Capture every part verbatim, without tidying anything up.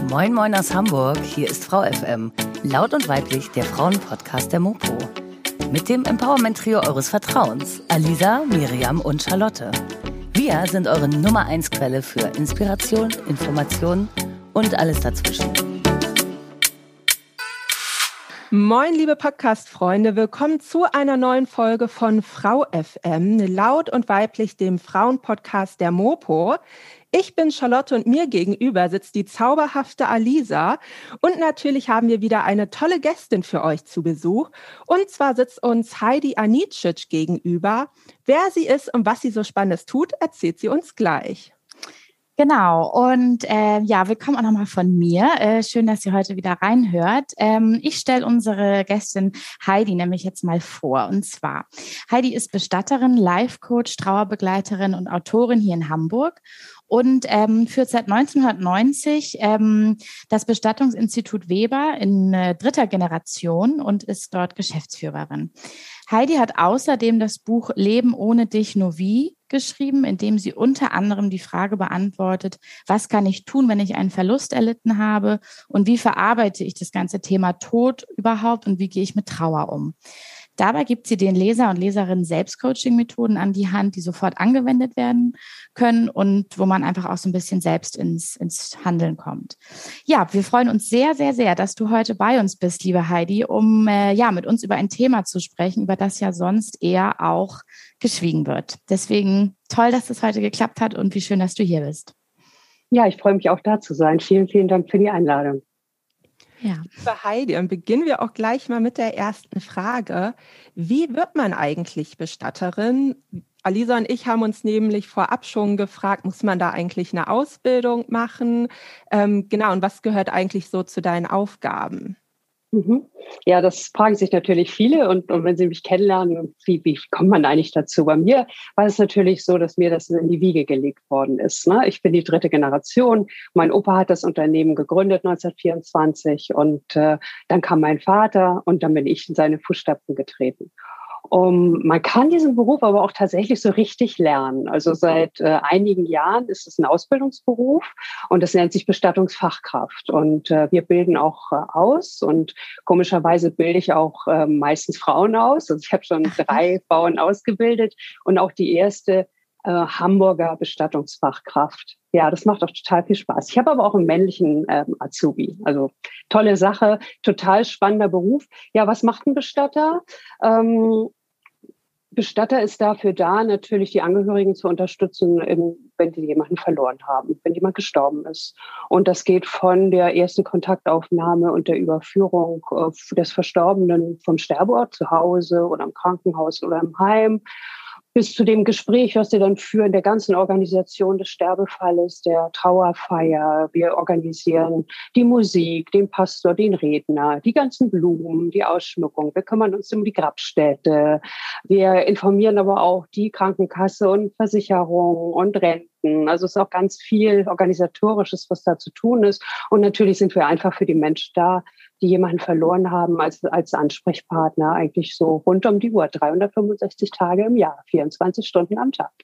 Moin Moin aus Hamburg, hier ist Frau F M, laut und weiblich der Frauenpodcast der Mopo. Mit dem Empowerment-Trio eures Vertrauens, Alisa, Miriam und Charlotte. Wir sind eure Nummer eins Quelle für Inspiration, Information und alles dazwischen. Moin, liebe Podcast-Freunde, willkommen zu einer neuen Folge von Frau F M, laut und weiblich dem Frauenpodcast der Mopo. Ich bin Charlotte und mir gegenüber sitzt die zauberhafte Alisa und natürlich haben wir wieder eine tolle Gästin für euch zu Besuch. Und zwar sitzt uns Heidi Anicic gegenüber. Wer sie ist und was sie so Spannendes tut, erzählt sie uns gleich. Genau, und äh, ja, willkommen auch nochmal von mir. Äh, schön, dass ihr heute wieder reinhört. Ähm, ich stelle unsere Gästin Heidi nämlich jetzt mal vor. Und zwar, Heidi ist Bestatterin, Life-Coach, Trauerbegleiterin und Autorin hier in Hamburg und ähm, führt seit neunzehnhundertneunzig ähm, das Bestattungsinstitut Weber in äh, dritter Generation und ist dort Geschäftsführerin. Heidi hat außerdem das Buch Leben ohne dich nur wie geschrieben, in dem sie unter anderem die Frage beantwortet, was kann ich tun, wenn ich einen Verlust erlitten habe und wie verarbeite ich das ganze Thema Tod überhaupt und wie gehe ich mit Trauer um. Dabei gibt sie den Leser und Leserinnen Selbstcoaching-Methoden an die Hand, die sofort angewendet werden können und wo man einfach auch so ein bisschen selbst ins, ins Handeln kommt. Ja, wir freuen uns sehr, sehr, sehr, dass du heute bei uns bist, liebe Heidi, um äh, ja mit uns über ein Thema zu sprechen, über das ja sonst eher auch geschwiegen wird. Deswegen toll, dass das heute geklappt hat und wie schön, dass du hier bist. Ja, ich freue mich auch da zu sein. Vielen, vielen Dank für die Einladung. Ja. Liebe Heidi, dann beginnen wir auch gleich mal mit der ersten Frage. Wie wird man eigentlich Bestatterin? Alisa und ich haben uns nämlich vorab schon gefragt, muss man da eigentlich eine Ausbildung machen? Ähm, genau, und was gehört eigentlich so zu deinen Aufgaben? Mhm. Ja, das fragen sich natürlich viele und, und wenn sie mich kennenlernen, wie, wie kommt man eigentlich dazu? Bei mir war es natürlich so, dass mir das in die Wiege gelegt worden ist. Ne? Ich bin die dritte Generation. Mein Opa hat das Unternehmen gegründet neunzehnhundertvierundzwanzig und äh, dann kam mein Vater und dann bin ich in seine Fußstapfen getreten. Um, man kann diesen Beruf aber auch tatsächlich so richtig lernen. Also seit äh, einigen Jahren ist es ein Ausbildungsberuf und das nennt sich Bestattungsfachkraft. Und äh, wir bilden auch äh, aus und komischerweise bilde ich auch äh, meistens Frauen aus. Also ich habe schon drei Frauen ausgebildet und auch die erste äh, Hamburger Bestattungsfachkraft. Ja, das macht auch total viel Spaß. Ich habe aber auch einen männlichen ähm, Azubi. Also tolle Sache, total spannender Beruf. Ja, was macht ein Bestatter? Ähm, Bestatter ist dafür da, natürlich die Angehörigen zu unterstützen, wenn die jemanden verloren haben, wenn jemand gestorben ist. Und das geht von der ersten Kontaktaufnahme und der Überführung des Verstorbenen vom Sterbeort zu Hause oder im Krankenhaus oder im Heim bis zu dem Gespräch, was wir dann führen, der ganzen Organisation des Sterbefalles, der Trauerfeier. Wir organisieren die Musik, den Pastor, den Redner, die ganzen Blumen, die Ausschmückung. Wir kümmern uns um die Grabstätte. Wir informieren aber auch die Krankenkasse und Versicherung und Renten. Also es ist auch ganz viel Organisatorisches, was da zu tun ist. Und natürlich sind wir einfach für die Menschen da, die jemanden verloren haben, als, als Ansprechpartner eigentlich so rund um die Uhr, dreihundertfünfundsechzig Tage im Jahr, vierundzwanzig Stunden am Tag.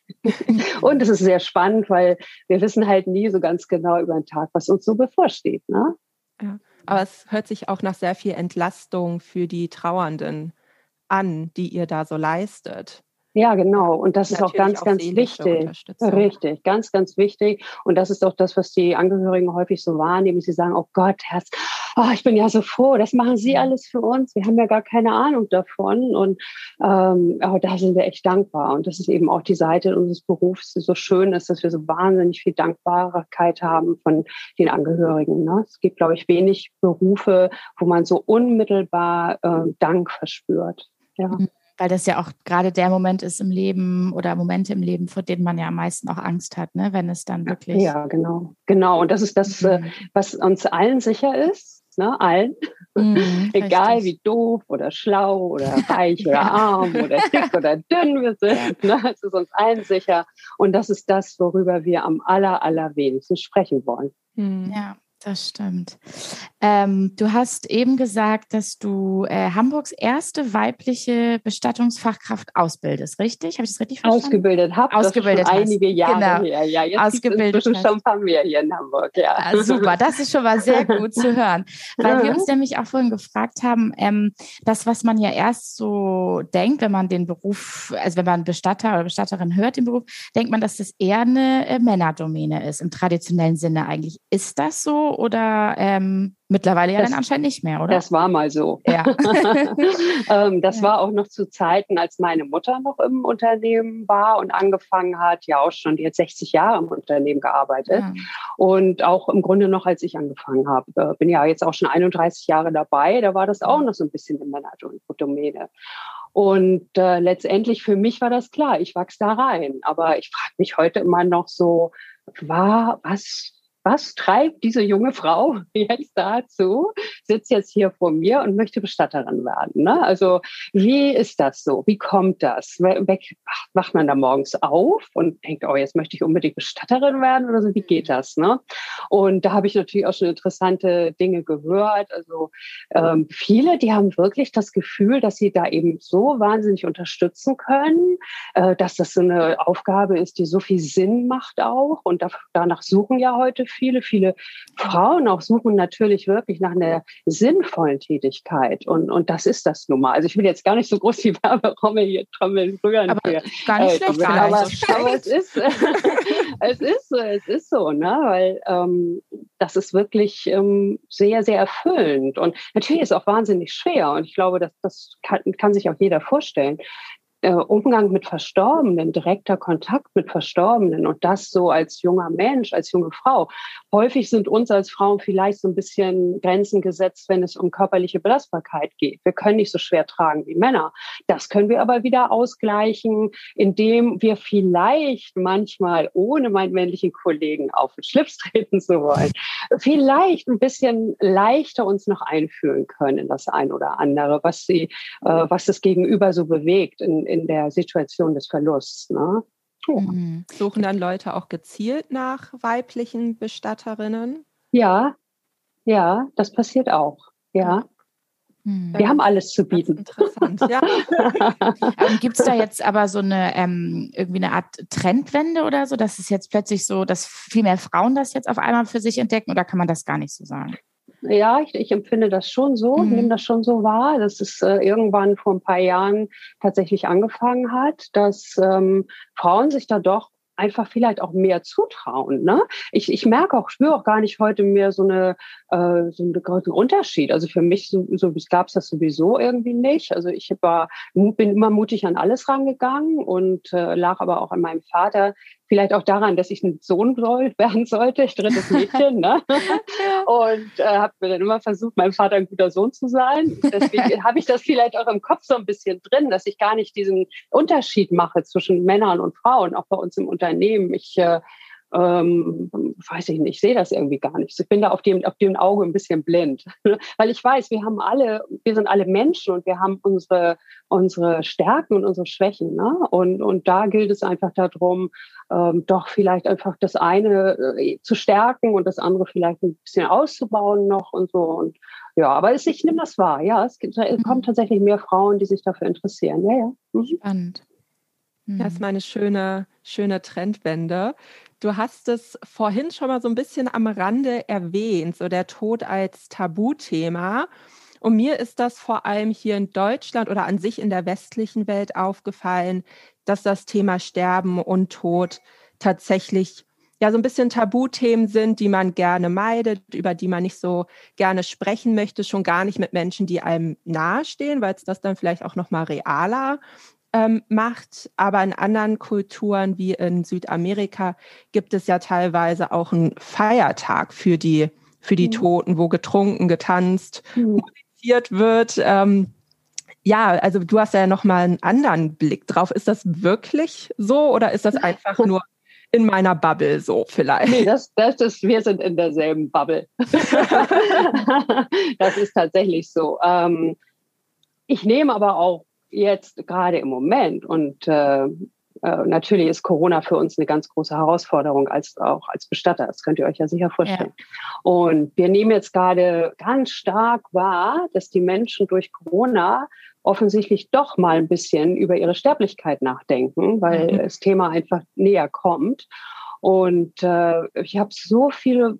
Und es ist sehr spannend, weil wir wissen halt nie so ganz genau über den Tag, was uns so bevorsteht. Ne? Ja, aber es hört sich auch nach sehr viel Entlastung für die Trauernden an, die ihr da so leistet. Ja, genau. Und das ist auch ganz, ganz wichtig. Richtig, ganz, ganz wichtig. Und das ist auch das, was die Angehörigen häufig so wahrnehmen. Sie sagen, oh Gott, Herz, oh, ich bin ja so froh, das machen Sie alles für uns. Wir haben ja gar keine Ahnung davon. Und ähm, aber da sind wir echt dankbar. Und das ist eben auch die Seite unseres Berufs, die so schön ist, dass wir so wahnsinnig viel Dankbarkeit haben von den Angehörigen. Ne? Es gibt, glaube ich, wenig Berufe, wo man so unmittelbar äh, Dank verspürt. Ja. Mhm. Weil das ja auch gerade der Moment ist im Leben oder Momente im Leben, vor denen man ja am meisten auch Angst hat, ne? Wenn es dann wirklich... Ja, genau. Genau. Und das ist das, mhm. was uns allen sicher ist, ne? Allen. Mhm, egal richtig. Wie doof oder schlau oder reich oder ja. arm oder dick oder dünn wir sind. Ne? Es ist uns allen sicher. Und das ist das, worüber wir am aller, allerwenigsten sprechen wollen. Mhm. Ja. Das stimmt. Ähm, du hast eben gesagt, dass du äh, Hamburgs erste weibliche Bestattungsfachkraft ausbildest, richtig? Habe ich das richtig verstanden? Ausgebildet habe, Ausgebildet das ist schon hast. einige Jahre Genau. her. Ja, jetzt Ausgebildet gibt es hast. schon ein paar mehr hier in Hamburg. Ja. Ah, super, das ist schon mal sehr gut zu hören, weil wir uns nämlich auch vorhin gefragt haben, ähm, das, was man ja erst so denkt, wenn man den Beruf, also wenn man Bestatter oder Bestatterin hört, den Beruf, denkt man, dass das eher eine äh, Männerdomäne ist, im traditionellen Sinne eigentlich. Ist das so oder ähm, mittlerweile ja das, dann anscheinend nicht mehr, oder? Das war mal so. Ja. ähm, das ja. war auch noch zu Zeiten, als meine Mutter noch im Unternehmen war und angefangen hat, ja auch schon, die hat sechzig Jahre im Unternehmen gearbeitet. Ja. Und auch im Grunde noch, als ich angefangen habe. Äh, bin ja jetzt auch schon einunddreißig Jahre dabei, da war das auch noch so ein bisschen eine Männerdomäne. Und äh, letztendlich für mich war das klar, ich wachse da rein. Aber ich frage mich heute immer noch so, war, was, was treibt diese junge Frau jetzt dazu, sitzt jetzt hier vor mir und möchte Bestatterin werden? Ne? Also wie ist das so? Wie kommt das? Wacht man da morgens auf und denkt, oh, jetzt möchte ich unbedingt Bestatterin werden oder so? Wie geht das? Ne? Und da habe ich natürlich auch schon interessante Dinge gehört. Also ähm, viele, die haben wirklich das Gefühl, dass sie da eben so wahnsinnig unterstützen können, äh, dass das so eine Aufgabe ist, die so viel Sinn macht auch. Und da, danach suchen ja heute viele, viele Frauen auch suchen natürlich wirklich nach einer sinnvollen Tätigkeit. Und, und das ist das nun mal. Also ich will jetzt gar nicht so groß die Werberommel hier trommeln rühren. Aber für, gar nicht äh, schlecht. Aber, so aber es ist, es ist so, es ist so, ne? Weil ähm, das ist wirklich ähm, sehr, sehr erfüllend. Und natürlich ist es auch wahnsinnig schwer. Und ich glaube, das, das kann, kann sich auch jeder vorstellen. Äh, Umgang mit Verstorbenen, direkter Kontakt mit Verstorbenen und das so als junger Mensch, als junge Frau. Häufig sind uns als Frauen vielleicht so ein bisschen Grenzen gesetzt, wenn es um körperliche Belastbarkeit geht. Wir können nicht so schwer tragen wie Männer. Das können wir aber wieder ausgleichen, indem wir vielleicht manchmal, ohne meinen männlichen Kollegen auf den Schlips treten zu wollen, vielleicht ein bisschen leichter uns noch einfühlen können in das ein oder andere, was sie, äh, was das Gegenüber so bewegt in in der Situation des Verlusts. Ne? Ja. Mhm. Suchen dann Leute auch gezielt nach weiblichen Bestatterinnen? Ja, ja, das passiert auch. Ja. Mhm. Wir haben alles zu bieten. Interessant, ja. ähm, Gibt es da jetzt aber so eine ähm, irgendwie eine Art Trendwende oder so, dass es jetzt plötzlich so, dass viel mehr Frauen das jetzt auf einmal für sich entdecken, oder kann man das gar nicht so sagen? Ja, ich, ich empfinde das schon so, mhm. nehme das schon so wahr, dass es äh, irgendwann vor ein paar Jahren tatsächlich angefangen hat, dass ähm, Frauen sich da doch einfach vielleicht auch mehr zutrauen. Ne? Ich, ich merke auch, spüre auch gar nicht heute mehr so eine äh, so einen großen Unterschied. Also für mich so, so gab es das sowieso irgendwie nicht. Also ich war, bin immer mutig an alles rangegangen und äh, lag aber auch an meinem Vater. Vielleicht auch daran, dass ich ein Sohn soll, werden sollte, ich drittes Mädchen. Ne? Und äh, habe mir dann immer versucht, meinem Vater ein guter Sohn zu sein. Deswegen habe ich das vielleicht auch im Kopf so ein bisschen drin, dass ich gar nicht diesen Unterschied mache zwischen Männern und Frauen, auch bei uns im Unternehmen. Ich äh, ähm, weiß ich nicht, ich sehe das irgendwie gar nicht. Ich bin da auf dem, auf dem Auge ein bisschen blind. Weil ich weiß, wir haben alle, wir sind alle Menschen und wir haben unsere, unsere Stärken und unsere Schwächen. Ne? Und, und da gilt es einfach darum, ähm, doch vielleicht einfach das eine äh, zu stärken und das andere vielleicht ein bisschen auszubauen noch und so. Und ja, aber es, ich nehme das wahr. Ja, es, gibt, es kommen tatsächlich mehr Frauen, die sich dafür interessieren. Ja, ja. Mhm. Spannend. Das ist mal eine schöne, schöne Trendwende. Du hast es vorhin schon mal so ein bisschen am Rande erwähnt, so der Tod als Tabuthema. Und mir ist das vor allem hier in Deutschland oder an sich in der westlichen Welt aufgefallen, dass das Thema Sterben und Tod tatsächlich ja so ein bisschen Tabuthemen sind, die man gerne meidet, über die man nicht so gerne sprechen möchte, schon gar nicht mit Menschen, die einem nahestehen, weil es das dann vielleicht auch noch mal realer Ähm, macht. Aber in anderen Kulturen wie in Südamerika gibt es ja teilweise auch einen Feiertag für die, für die mhm. Toten, wo getrunken, getanzt, mhm. musiziert wird. Ähm, ja, also du hast ja noch mal einen anderen Blick drauf. Ist das wirklich so oder ist das einfach nur in meiner Bubble so vielleicht? Nee, das, das ist, wir sind in derselben Bubble. Das ist tatsächlich so. Ähm, ich nehme aber auch jetzt gerade im Moment und äh, äh, natürlich ist Corona für uns eine ganz große Herausforderung, als auch als Bestatter. Das könnt ihr euch ja sicher vorstellen. Ja. Und wir nehmen jetzt gerade ganz stark wahr, dass die Menschen durch Corona offensichtlich doch mal ein bisschen über ihre Sterblichkeit nachdenken, weil mhm. das Thema einfach näher kommt. Und äh, ich habe so viele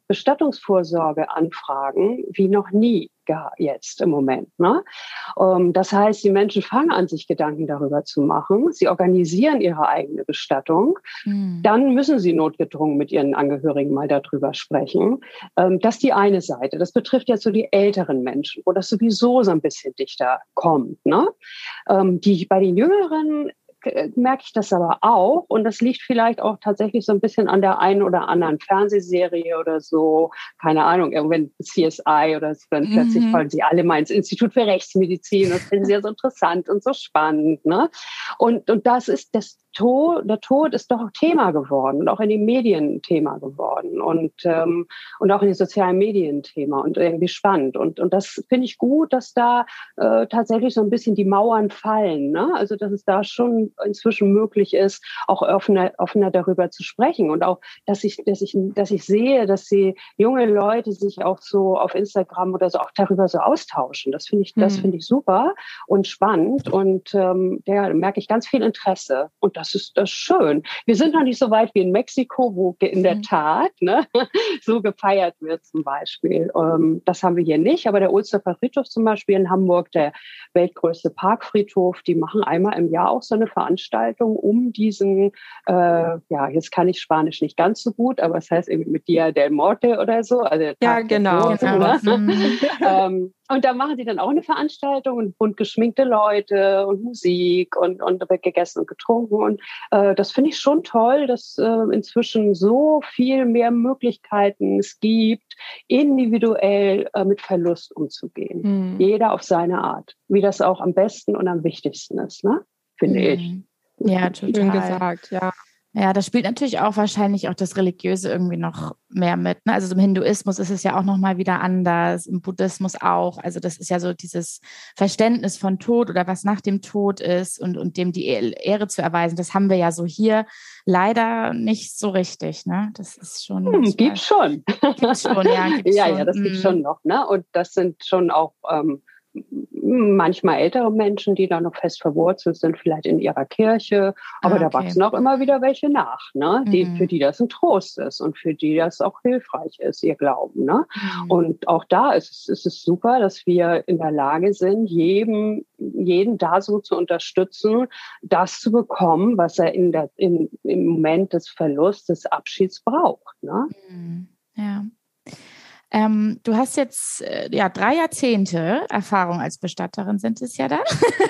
Bestattungsvorsorgeanfragen wie noch nie jetzt im Moment. Ne? Um, das heißt, die Menschen fangen an, sich Gedanken darüber zu machen. Sie organisieren ihre eigene Bestattung. Mhm. Dann müssen sie notgedrungen mit ihren Angehörigen mal darüber sprechen. Ähm, das ist die eine Seite. Das betrifft jetzt so die älteren Menschen, wo das sowieso so ein bisschen dichter kommt. Ne? Ähm, die bei den Jüngeren merke ich das aber auch. Und das liegt vielleicht auch tatsächlich so ein bisschen an der einen oder anderen Fernsehserie oder so. Keine Ahnung, irgendwann C S I oder so. Dann plötzlich mhm. wollen sie alle mal ins Institut für Rechtsmedizin. Das finden sie ja so interessant und so spannend. Ne? Und, und das ist das Tod, der Tod ist doch auch Thema geworden und auch in den Medien Thema geworden und, ähm, und auch in den sozialen Medien Thema und irgendwie spannend. Und, und das finde ich gut, dass da äh, tatsächlich so ein bisschen die Mauern fallen. Ne? Also, dass es da schon inzwischen möglich ist, auch offener, offener darüber zu sprechen und auch, dass ich, dass ich, dass ich sehe, dass die junge Leute sich auch so auf Instagram oder so auch darüber so austauschen. Das finde ich, das finde ich super und spannend und ähm, ja, da merke ich ganz viel Interesse und das ist das ist schön. Wir sind noch nicht so weit wie in Mexiko, wo in der Tat ne, so gefeiert wird zum Beispiel. Ähm, das haben wir hier nicht, aber der Ohlsdorfer Friedhof zum Beispiel in Hamburg, der weltgrößte Parkfriedhof, die machen einmal im Jahr auch so eine Veranstaltung um diesen, äh, ja, jetzt kann ich Spanisch nicht ganz so gut, aber es heißt irgendwie mit Dia del Morte oder so. Also ja, genau. Toten, genau. Ne? ähm, und da machen sie dann auch eine Veranstaltung und bunt geschminkte Leute und Musik und, und wird gegessen und getrunken. Und äh, das finde ich schon toll, dass äh, inzwischen so viel mehr Möglichkeiten es gibt, individuell äh, mit Verlust umzugehen. Mhm. Jeder auf seine Art. Wie das auch am besten und am wichtigsten ist, ne? Finde mhm. ich. Ja, total. Schön gesagt, ja. Ja, das spielt natürlich auch wahrscheinlich auch das Religiöse irgendwie noch mehr mit. Ne? Also im Hinduismus ist es ja auch nochmal wieder anders, im Buddhismus auch. Also das ist ja so dieses Verständnis von Tod oder was nach dem Tod ist und, und dem die Ehre zu erweisen. Das haben wir ja so hier leider nicht so richtig. Ne? Das ist schon... Hm, gibt's schon. Gibt's schon, ja. Gibt's ja, schon. ja, das hm. gibt's schon noch. Ne? Und das sind schon auch... Ähm, manchmal ältere Menschen, die da noch fest verwurzelt sind, vielleicht in ihrer Kirche, aber ah, okay. da wachsen auch immer wieder welche nach, ne? die, mhm. für die das ein Trost ist und für die das auch hilfreich ist, ihr Glauben. Ne? Mhm. Und auch da ist es, ist es super, dass wir in der Lage sind, jedem, jeden da so zu unterstützen, das zu bekommen, was er in der, in, im Moment des Verlusts, des Abschieds braucht. Ne? Mhm. Ja. Ähm, du hast jetzt äh, ja drei Jahrzehnte Erfahrung als Bestatterin, sind es ja da?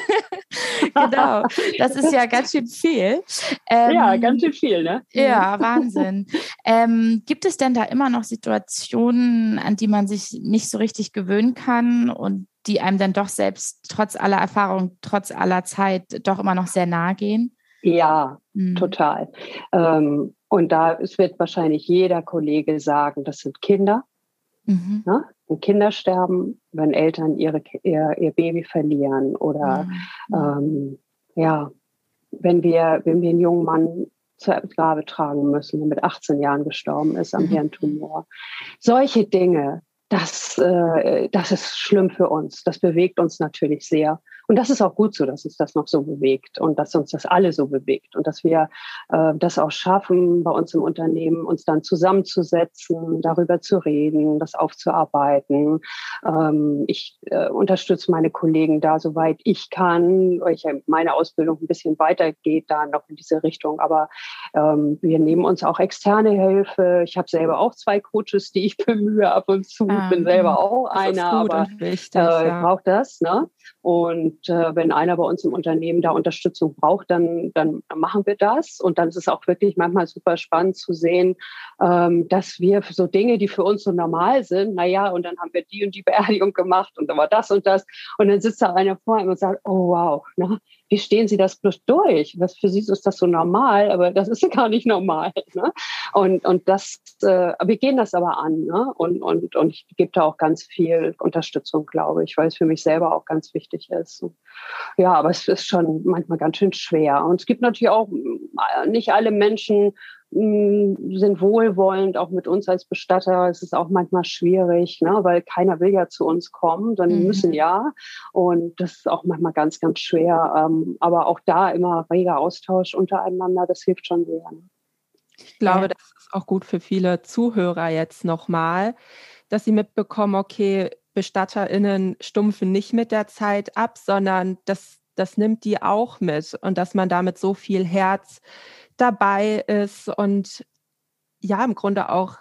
Genau, das ist ja ganz schön viel. Ähm, ja, ganz schön viel, ne? Ja, Wahnsinn. ähm, gibt es denn da immer noch Situationen, an die man sich nicht so richtig gewöhnen kann und die einem dann doch selbst trotz aller Erfahrung, trotz aller Zeit doch immer noch sehr nahe gehen? Ja, mhm. total. Ähm, und da es wird wahrscheinlich jeder Kollege sagen, das sind Kinder. Mhm. Ne? Wenn Kinder sterben, wenn Eltern ihre, ihr, ihr Baby verlieren oder mhm. ähm, ja, wenn wir, wenn wir einen jungen Mann zur Grabe tragen müssen, der mit achtzehn Jahren gestorben ist am mhm. Hirntumor. Solche Dinge, das, äh, das ist schlimm für uns. Das bewegt uns natürlich sehr. Und das ist auch gut so, dass uns das noch so bewegt und dass uns das alle so bewegt und dass wir äh, das auch schaffen, bei uns im Unternehmen uns dann zusammenzusetzen, darüber zu reden, das aufzuarbeiten. Ähm, ich äh, unterstütze meine Kollegen da, soweit ich kann, weil ich ja meine Ausbildung ein bisschen weitergeht da noch in diese Richtung. Aber ähm, wir nehmen uns auch externe Hilfe. Ich habe selber auch zwei Coaches, die ich bemühe ab und zu. Ich bin selber auch einer, aber wichtig, äh, ja. brauche das. Ne? Und äh, wenn einer bei uns im Unternehmen da Unterstützung braucht, dann, dann machen wir das. Und dann ist es auch wirklich manchmal super spannend zu sehen, ähm, dass wir so Dinge, die für uns so normal sind, naja, und dann haben wir die und die Beerdigung gemacht und dann war das und das. Und dann sitzt da einer vor ihm und sagt, oh wow, ne? wie stehen Sie das bloß durch? Das, für Sie ist das so normal, aber das ist ja gar nicht normal. Ne? Und, und das, äh, wir gehen das aber an. Ne? Und, und, und ich gebe da auch ganz viel Unterstützung, glaube ich, weil es für mich selber auch ganz wichtig ist. Ja, aber es ist schon manchmal ganz schön schwer. Und es gibt natürlich auch, nicht alle Menschen sind wohlwollend, auch mit uns als Bestatter. Es ist auch manchmal schwierig, ne, weil keiner will ja zu uns kommen, dann mhm. müssen ja. Und das ist auch manchmal ganz, ganz schwer. Ähm, aber auch da immer reger Austausch untereinander, das hilft schon sehr. Ne? Ich glaube, ja. das ist auch gut für viele Zuhörer jetzt nochmal, dass sie mitbekommen, okay, BestatterInnen stumpfen nicht mit der Zeit ab, sondern das, das nimmt die auch mit und dass man da mit so viel Herz dabei ist und ja, im Grunde auch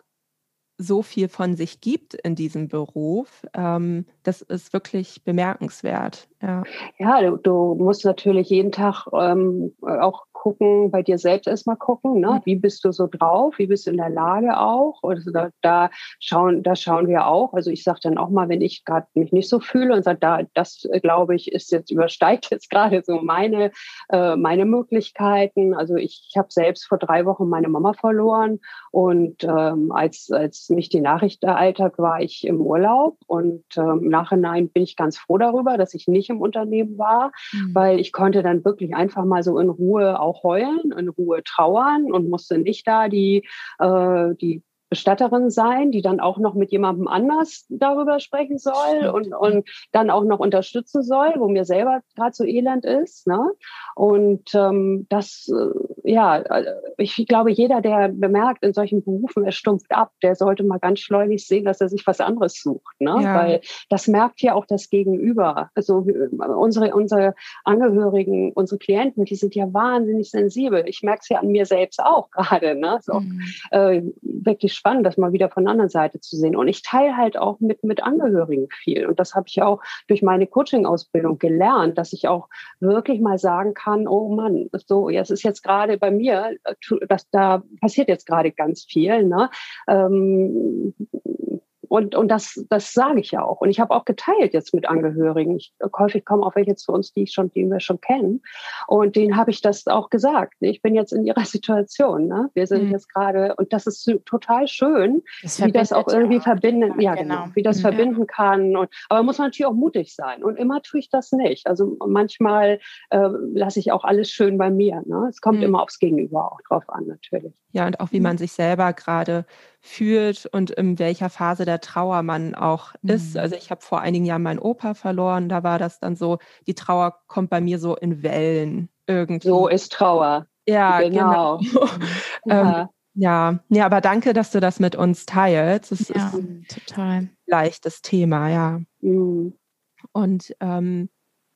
so viel von sich gibt in diesem Beruf. Ähm, das ist wirklich bemerkenswert. Ja, ja du, du musst natürlich jeden Tag ähm, auch gucken, bei dir selbst erstmal gucken, ne? Wie bist du so drauf, wie bist du in der Lage auch? Also da, da schauen, da schauen wir auch. Also ich sage dann auch mal, wenn ich gerade mich nicht so fühle und sage, da, das glaube ich, ist jetzt übersteigt jetzt gerade so meine, äh, meine Möglichkeiten. Also ich, ich habe selbst vor drei Wochen meine Mama verloren und ähm, als, als mich die Nachricht ereilt hat, war ich im Urlaub und ähm, im Nachhinein bin ich ganz froh darüber, dass ich nicht im Unternehmen war, mhm. weil ich konnte dann wirklich einfach mal so in Ruhe auch heulen, in Ruhe trauern und musste nicht da die, äh, die Bestatterin sein, die dann auch noch mit jemandem anders darüber sprechen soll und, und dann auch noch unterstützen soll, wo mir selber gerade so elend ist. Ne? Und ähm, das, äh, ja, ich glaube, jeder, der bemerkt, in solchen Berufen, er stumpft ab, der sollte mal ganz schleunig sehen, dass er sich was anderes sucht. Ne? Ja. Weil das merkt ja auch das Gegenüber. Also unsere, unsere Angehörigen, unsere Klienten, die sind ja wahnsinnig sensibel. Ich merke es ja an mir selbst auch gerade. Ne? So, mhm. äh, wirklich spannend, das mal wieder von der anderen Seite zu sehen. Und ich teile halt auch mit, mit Angehörigen viel. Und das habe ich auch durch meine Coaching-Ausbildung gelernt, dass ich auch wirklich mal sagen kann, oh Mann, so, ja, es ist jetzt gerade bei mir, dass da passiert jetzt gerade ganz viel. Ne? Ähm, Und, und das, das sage ich ja auch. Und ich habe auch geteilt jetzt mit Angehörigen. Ich, häufig kommen auch welche zu uns, die ich schon, die wir schon kennen. Und denen habe ich das auch gesagt. Ich bin jetzt in ihrer Situation. Ne? Wir sind mhm. jetzt gerade, und das ist total schön, das wie das auch irgendwie ja. verbinden, ja, genau. genau, wie das mhm. verbinden kann. Und, aber muss man natürlich auch mutig sein. Und immer tue ich das nicht. Also manchmal äh, lasse ich auch alles schön bei mir. Ne? Es kommt mhm. immer aufs Gegenüber auch drauf an, natürlich. Ja, und auch wie man sich selber gerade fühlt und in welcher Phase der Trauer man auch mhm. ist. Also ich habe vor einigen Jahren meinen Opa verloren, da war das dann so, die Trauer kommt bei mir so in Wellen irgendwie. So ist Trauer. Ja, genau. genau. Ja. ähm, ja. ja, aber danke, dass du das mit uns teilst. Das ja, ist total ein leichtes Thema, ja. Mhm. Und ähm,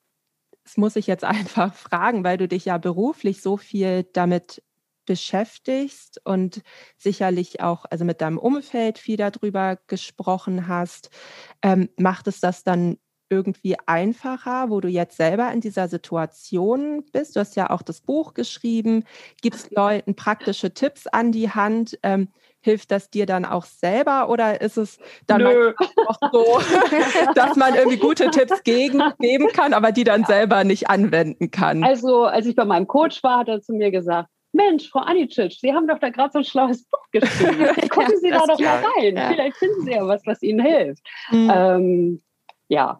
das muss ich jetzt einfach fragen, weil du dich ja beruflich so viel damit beschäftigst und sicherlich auch also mit deinem Umfeld viel darüber gesprochen hast, ähm, macht es das dann irgendwie einfacher, wo du jetzt selber in dieser Situation bist? Du hast ja auch das Buch geschrieben. Gibst Leuten praktische Tipps an die Hand? Ähm, hilft das dir dann auch selber oder ist es dann Nö. auch so, dass man irgendwie gute Tipps gegen, geben kann, aber die dann ja. selber nicht anwenden kann? Also, als ich bei meinem Coach war, hat er zu mir gesagt, Mensch, Frau Anicic, Sie haben doch da gerade so ein schlaues Buch geschrieben. Gucken Sie ja, da doch mal rein. Ja. Vielleicht finden Sie ja was, was Ihnen hilft. Mhm. Ähm, ja,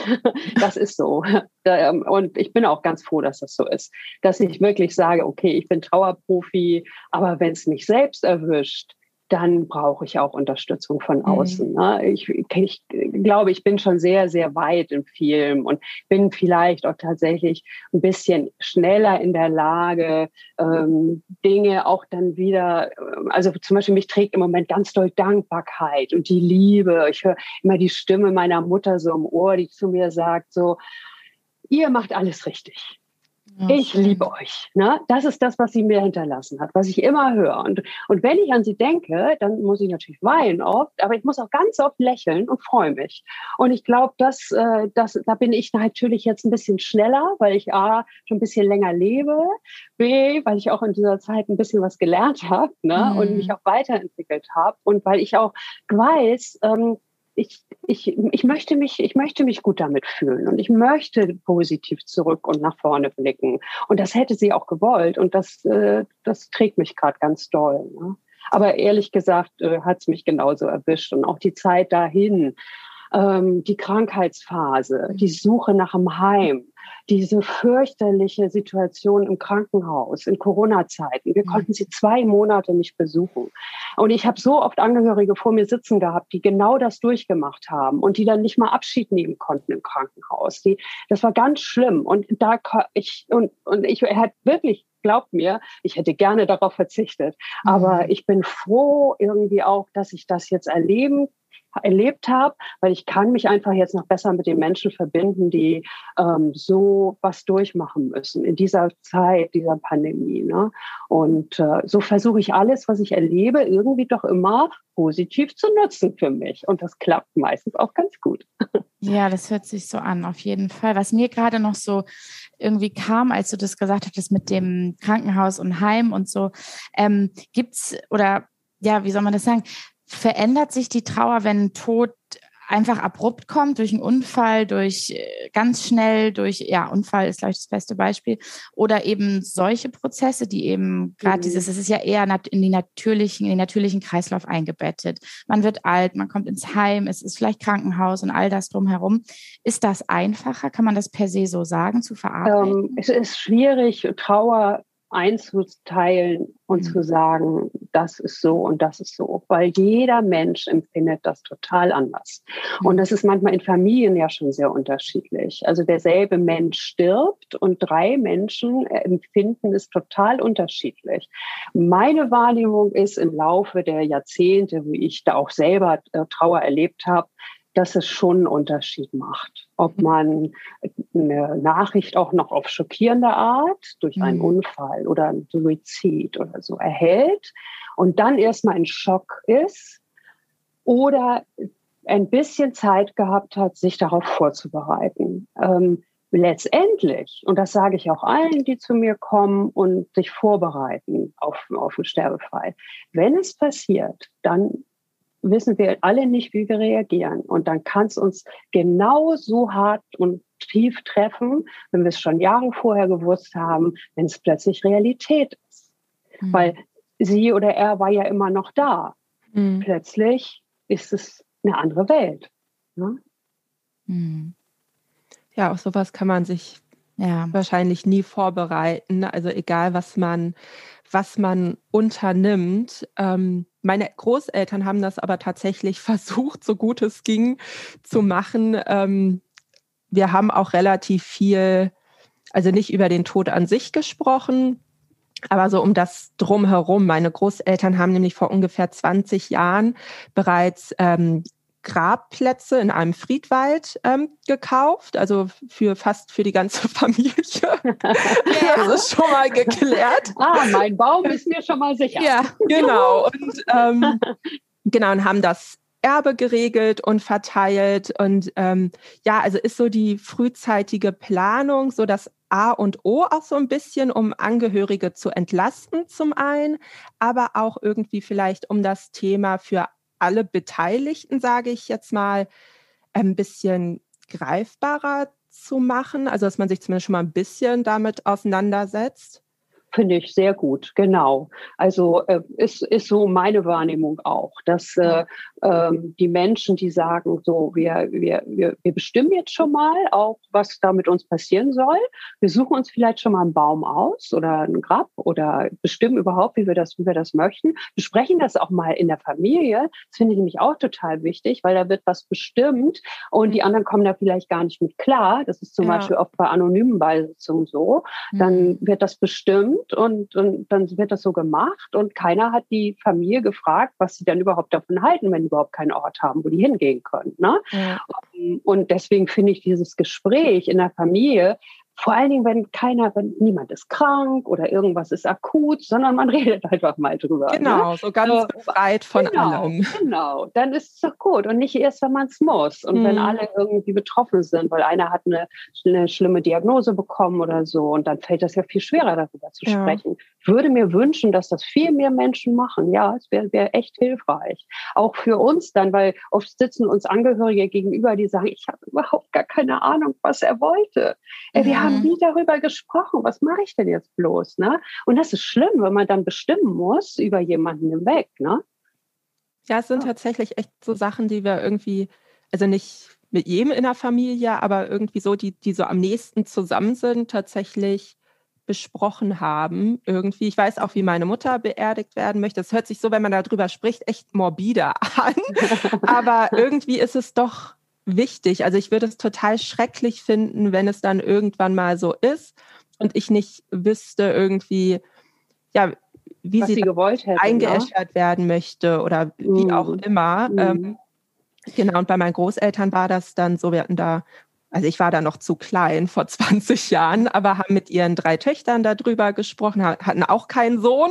das ist so. Und ich bin auch ganz froh, dass das so ist. Dass ich wirklich sage, okay, ich bin Trauerprofi, aber wenn es mich selbst erwischt, dann brauche ich auch Unterstützung von außen. Mhm. Ne? Ich, ich glaube, ich bin schon sehr, sehr weit im Film und bin vielleicht auch tatsächlich ein bisschen schneller in der Lage, ähm, Dinge auch dann wieder, also zum Beispiel mich trägt im Moment ganz doll Dankbarkeit und die Liebe. Ich höre immer die Stimme meiner Mutter so im Ohr, die zu mir sagt so, ihr macht alles richtig. Ich liebe euch. Ne? Das ist das, was sie mir hinterlassen hat, was ich immer höre. Und, und wenn ich an sie denke, dann muss ich natürlich weinen oft, aber ich muss auch ganz oft lächeln und freue mich. Und ich glaube, dass, äh, dass, da bin ich natürlich jetzt ein bisschen schneller, weil ich A, schon ein bisschen länger lebe, B, weil ich auch in dieser Zeit ein bisschen was gelernt habe, ne? Mhm. Und mich auch weiterentwickelt habe und weil ich auch weiß, ähm, ich, ich, ich, möchte mich, ich möchte mich gut damit fühlen und ich möchte positiv zurück und nach vorne blicken. Und das hätte sie auch gewollt und das, äh, das trägt mich gerade ganz doll. Ne? Aber ehrlich gesagt äh, hat es mich genauso erwischt und auch die Zeit dahin, ähm, die Krankheitsphase, die Suche nach einem Heim, diese fürchterliche Situation im Krankenhaus in Corona-Zeiten. Wir konnten sie zwei Monate nicht besuchen. Und ich habe so oft Angehörige vor mir sitzen gehabt, die genau das durchgemacht haben und die dann nicht mal Abschied nehmen konnten im Krankenhaus. Die, das war ganz schlimm. Und da ich und und ich hätte wirklich Glaubt mir, ich hätte gerne darauf verzichtet. Aber ich bin froh irgendwie auch, dass ich das jetzt erleben erlebt habe, weil ich kann mich einfach jetzt noch besser mit den Menschen verbinden, die ähm, so was durchmachen müssen in dieser Zeit, dieser Pandemie. Ne? Und äh, so versuche ich alles, was ich erlebe, irgendwie doch immer positiv zu nutzen für mich. Und das klappt meistens auch ganz gut. Ja, das hört sich so an, auf jeden Fall. Was mir gerade noch so irgendwie kam, als du das gesagt hattest mit dem Krankenhaus und Heim und so, ähm, gibt's oder ja, wie soll man das sagen? Verändert sich die Trauer, wenn Tod einfach abrupt kommt, durch einen Unfall, durch ganz schnell, durch, ja, Unfall ist, glaube ich, das beste Beispiel, oder eben solche Prozesse, die eben gerade mhm. dieses, es ist ja eher in die natürlichen, in den natürlichen Kreislauf eingebettet. Man wird alt, man kommt ins Heim, es ist vielleicht Krankenhaus und all das drumherum. Ist das einfacher? Kann man das per se so sagen, zu verarbeiten? Ähm, es ist schwierig, Trauer einzuteilen und mhm. zu sagen, das ist so und das ist so, weil jeder Mensch empfindet das total anders. Mhm. Und das ist manchmal in Familien ja schon sehr unterschiedlich. Also derselbe Mensch stirbt und drei Menschen empfinden es total unterschiedlich. Meine Wahrnehmung ist im Laufe der Jahrzehnte, wie ich da auch selber äh, Trauer erlebt habe, dass es schon einen Unterschied macht. Ob man eine Nachricht auch noch auf schockierende Art durch einen mhm. Unfall oder einen Suizid oder so erhält und dann erstmal in Schock ist oder ein bisschen Zeit gehabt hat, sich darauf vorzubereiten. Ähm, letztendlich, und das sage ich auch allen, die zu mir kommen und sich vorbereiten auf, auf einen Sterbefall, wenn es passiert, dann wissen wir alle nicht, wie wir reagieren. Und dann kann es uns genauso hart und tief treffen, wenn wir es schon Jahre vorher gewusst haben, wenn es plötzlich Realität ist. Mhm. Weil sie oder er war ja immer noch da. Mhm. Plötzlich ist es eine andere Welt. Ne? Mhm. Ja, auf sowas kann man sich ja wahrscheinlich nie vorbereiten. Also egal, was man, was man unternimmt. Ähm, Meine Großeltern haben das aber tatsächlich versucht, so gut es ging, zu machen. Ähm, wir haben auch relativ viel, also nicht über den Tod an sich gesprochen, aber so um das Drumherum. Meine Großeltern haben nämlich vor ungefähr zwanzig Jahren bereits ähm, Grabplätze in einem Friedwald ähm, gekauft, also für fast für die ganze Familie. Das ist schon mal geklärt. Ah, mein Baum ist mir schon mal sicher. Ja, genau. Und ähm, genau, und haben das Erbe geregelt und verteilt. Und ähm, ja, also ist so die frühzeitige Planung so das A und O auch so ein bisschen, um Angehörige zu entlasten zum einen, aber auch irgendwie vielleicht um das Thema für alle Beteiligten, sage ich jetzt mal, ein bisschen greifbarer zu machen, also dass man sich zumindest schon mal ein bisschen damit auseinandersetzt? Finde ich sehr gut, genau. Also äh, ist, ist so meine Wahrnehmung auch, dass äh, ähm, die Menschen, die sagen, so wir, wir, wir, wir bestimmen jetzt schon mal auch, was da mit uns passieren soll. Wir suchen uns vielleicht schon mal einen Baum aus oder ein Grab oder bestimmen überhaupt, wie wir das, wie wir das möchten. Besprechen das auch mal in der Familie. Das finde ich nämlich auch total wichtig, weil da wird was bestimmt und die anderen kommen da vielleicht gar nicht mit klar. Das ist zum ja. Beispiel auch bei anonymen Beisitzungen so. Dann mhm. wird das bestimmt. Und, und dann wird das so gemacht und keiner hat die Familie gefragt, was sie dann überhaupt davon halten, wenn die überhaupt keinen Ort haben, wo die hingehen können. Ne? Ja. Und deswegen finde ich dieses Gespräch in der Familie, vor allen Dingen, wenn keiner, wenn niemand ist krank oder irgendwas ist akut, sondern man redet einfach mal drüber. Genau, ne? so ganz so, befreit von genau, allem. Genau, dann ist es doch gut. Und nicht erst, wenn man es muss. Und hm. wenn alle irgendwie betroffen sind, weil einer hat eine, eine schlimme Diagnose bekommen oder so. Und dann fällt das ja viel schwerer, darüber zu ja. sprechen. würde mir wünschen, dass das viel mehr Menschen machen. Ja, es wäre wär echt hilfreich. Auch für uns dann, weil oft sitzen uns Angehörige gegenüber, die sagen, ich habe überhaupt gar keine Ahnung, was er wollte. Mhm. Wir haben nie darüber gesprochen. Was mache ich denn jetzt bloß? Ne? Und das ist schlimm, wenn man dann bestimmen muss über jemanden hinweg. Ne? Ja, es sind ja. tatsächlich echt so Sachen, die wir irgendwie, also nicht mit jedem in der Familie, aber irgendwie so, die, die so am nächsten zusammen sind, tatsächlich besprochen haben. Irgendwie, ich weiß auch, wie meine Mutter beerdigt werden möchte. Das hört sich so, wenn man darüber spricht, echt morbide an. Aber irgendwie ist es doch wichtig. Also ich würde es total schrecklich finden, wenn es dann irgendwann mal so ist und ich nicht wüsste irgendwie, ja, wie Was sie, sie gewollt hätte, eingeäschert ne? werden möchte oder wie mm. auch immer. Mm. Ähm, genau, und bei meinen Großeltern war das dann so, wir hatten da, also ich war da noch zu klein vor zwanzig Jahren, aber haben mit ihren drei Töchtern darüber gesprochen, hatten auch keinen Sohn.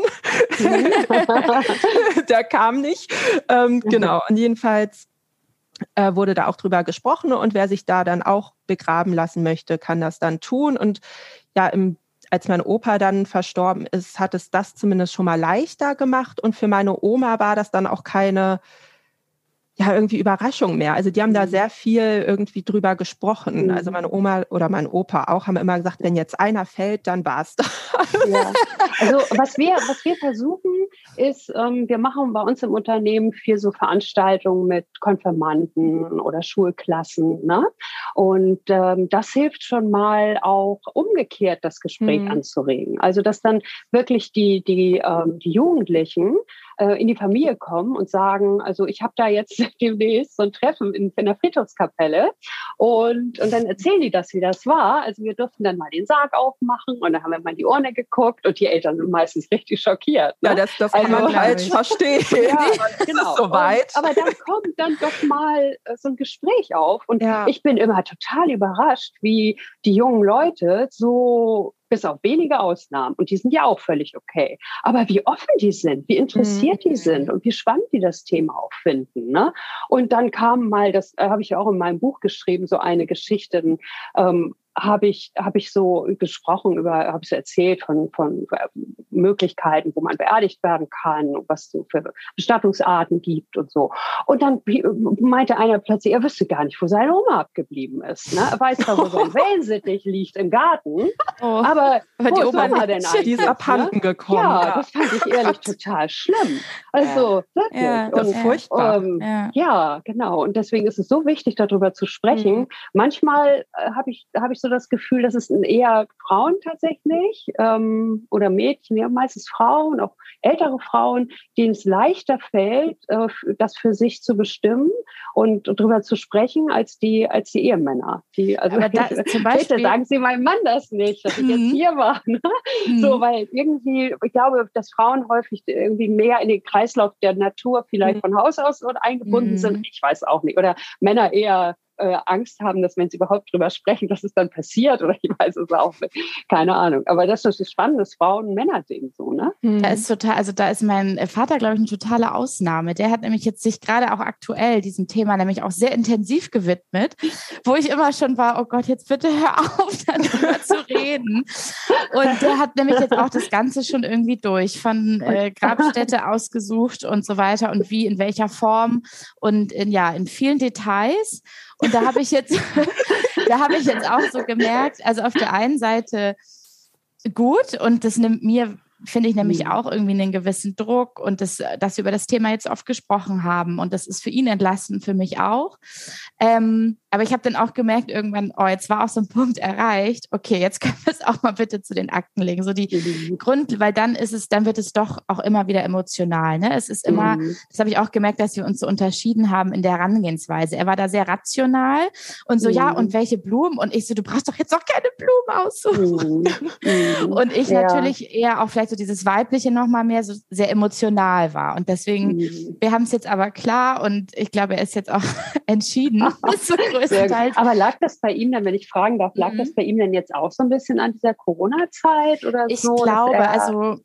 Der kam nicht. Ähm, genau, und jedenfalls äh, wurde da auch drüber gesprochen und wer sich da dann auch begraben lassen möchte, kann das dann tun. Und ja, im als mein Opa dann verstorben ist, hat es das zumindest schon mal leichter gemacht. Und für meine Oma war das dann auch keine, ja, irgendwie Überraschung mehr. Also die haben mhm. da sehr viel irgendwie drüber gesprochen. Mhm. Also meine Oma oder mein Opa auch haben immer gesagt, wenn jetzt einer fällt, dann war's das. Ja. Also was wir, was wir versuchen, ist, ähm, wir machen bei uns im Unternehmen viel so Veranstaltungen mit Konfirmanden oder Schulklassen. Ne? Und ähm, das hilft schon mal auch umgekehrt, das Gespräch mhm. anzuregen. Also dass dann wirklich die, die, ähm, die Jugendlichen äh, in die Familie kommen und sagen, also ich habe da jetzt demnächst so ein Treffen in, in der Friedhofskapelle und, und dann erzählen die das, wie das war. Also wir durften dann mal den Sarg aufmachen und dann haben wir mal in die Urne geguckt und die Eltern sind meistens richtig schockiert. Ne? Ja, das, das kann also, man falsch verstehen. Ja, genau. So weit. Und, aber dann kommt dann doch mal so ein Gespräch auf und ja. ich bin immer total überrascht, wie die jungen Leute so, bis auf wenige Ausnahmen, und die sind ja auch völlig okay, aber wie offen die sind, wie interessiert mhm. die sind und wie spannend die das Thema auch finden. Ne? Und dann kam mal, das äh, habe ich ja auch in meinem Buch geschrieben, so eine Geschichte, ähm, habe ich, habe ich so gesprochen über, habe ich so erzählt von, von Möglichkeiten, wo man beerdigt werden kann, was es so für Bestattungsarten gibt und so. Und dann meinte einer plötzlich, er wüsste gar nicht, wo seine Oma abgeblieben ist. Ne? Er weiß zwar, wo sein Wellensittich liegt im Garten, oh, aber wo die ist Oma Oma denn eigentlich? Die ist abhanden gekommen. Ja, ja, das fand ich ehrlich total schlimm. Also, ja. wirklich. Ja, das ist furchtbar. Ähm, ja. ja, genau. Und deswegen ist es so wichtig, darüber zu sprechen. Mhm. Manchmal äh, habe ich, habe ich so das Gefühl, dass es eher Frauen tatsächlich ähm, oder Mädchen, ja meistens Frauen, auch ältere Frauen, denen es leichter fällt, äh, das für sich zu bestimmen und darüber zu sprechen, als die als die Ehemänner. Die, also aber da ist zum Beispiel, bitte sagen Sie meinem Mann das nicht, dass ich jetzt hier war. Ne? Mhm. So, weil irgendwie, ich glaube, dass Frauen häufig irgendwie mehr in den Kreislauf der Natur vielleicht mhm. von Haus aus eingebunden mhm. sind. Ich weiß auch nicht. Oder Männer eher Äh, Angst haben, dass wenn sie überhaupt drüber sprechen, dass es dann passiert, oder ich weiß es auch nicht. Keine Ahnung. Aber das ist das Spannende, Frauen-Männer-Ding so, ne? Da ist total, also da ist mein Vater, glaube ich, eine totale Ausnahme. Der hat nämlich jetzt sich gerade auch aktuell diesem Thema nämlich auch sehr intensiv gewidmet, wo ich immer schon war, oh Gott, jetzt bitte hör auf, darüber zu reden. Und der hat nämlich jetzt auch das Ganze schon irgendwie durch, von äh, Grabstätte ausgesucht und so weiter und wie, in welcher Form und in, ja, in vielen Details. Und da habe ich jetzt, da habe ich jetzt auch so gemerkt, also auf der einen Seite gut und das nimmt mir, finde ich nämlich auch irgendwie einen gewissen Druck und das, dass wir über das Thema jetzt oft gesprochen haben und das ist für ihn entlastend, für mich auch. Ähm, aber ich habe dann auch gemerkt irgendwann, oh, jetzt war auch so ein Punkt erreicht, okay, jetzt können wir es auch mal bitte zu den Akten legen, so die mhm. Grund, weil dann ist es, dann wird es doch auch immer wieder emotional, ne? Es ist immer, mhm. das habe ich auch gemerkt, dass wir uns so unterschieden haben in der Herangehensweise. Er war da sehr rational und so, mhm. ja, und welche Blumen? Und ich so, du brauchst doch jetzt auch keine Blumen aussuchen. Mhm. Und ich ja. natürlich eher auch vielleicht so dieses Weibliche nochmal mehr so sehr emotional war. Und deswegen, mhm. wir haben es jetzt aber klar und ich glaube, er ist jetzt auch entschieden. So größtenteils. Aber lag das bei ihm dann, wenn ich fragen darf, lag mhm. das bei ihm denn jetzt auch so ein bisschen an dieser Corona-Zeit oder ich so? Ich glaube, also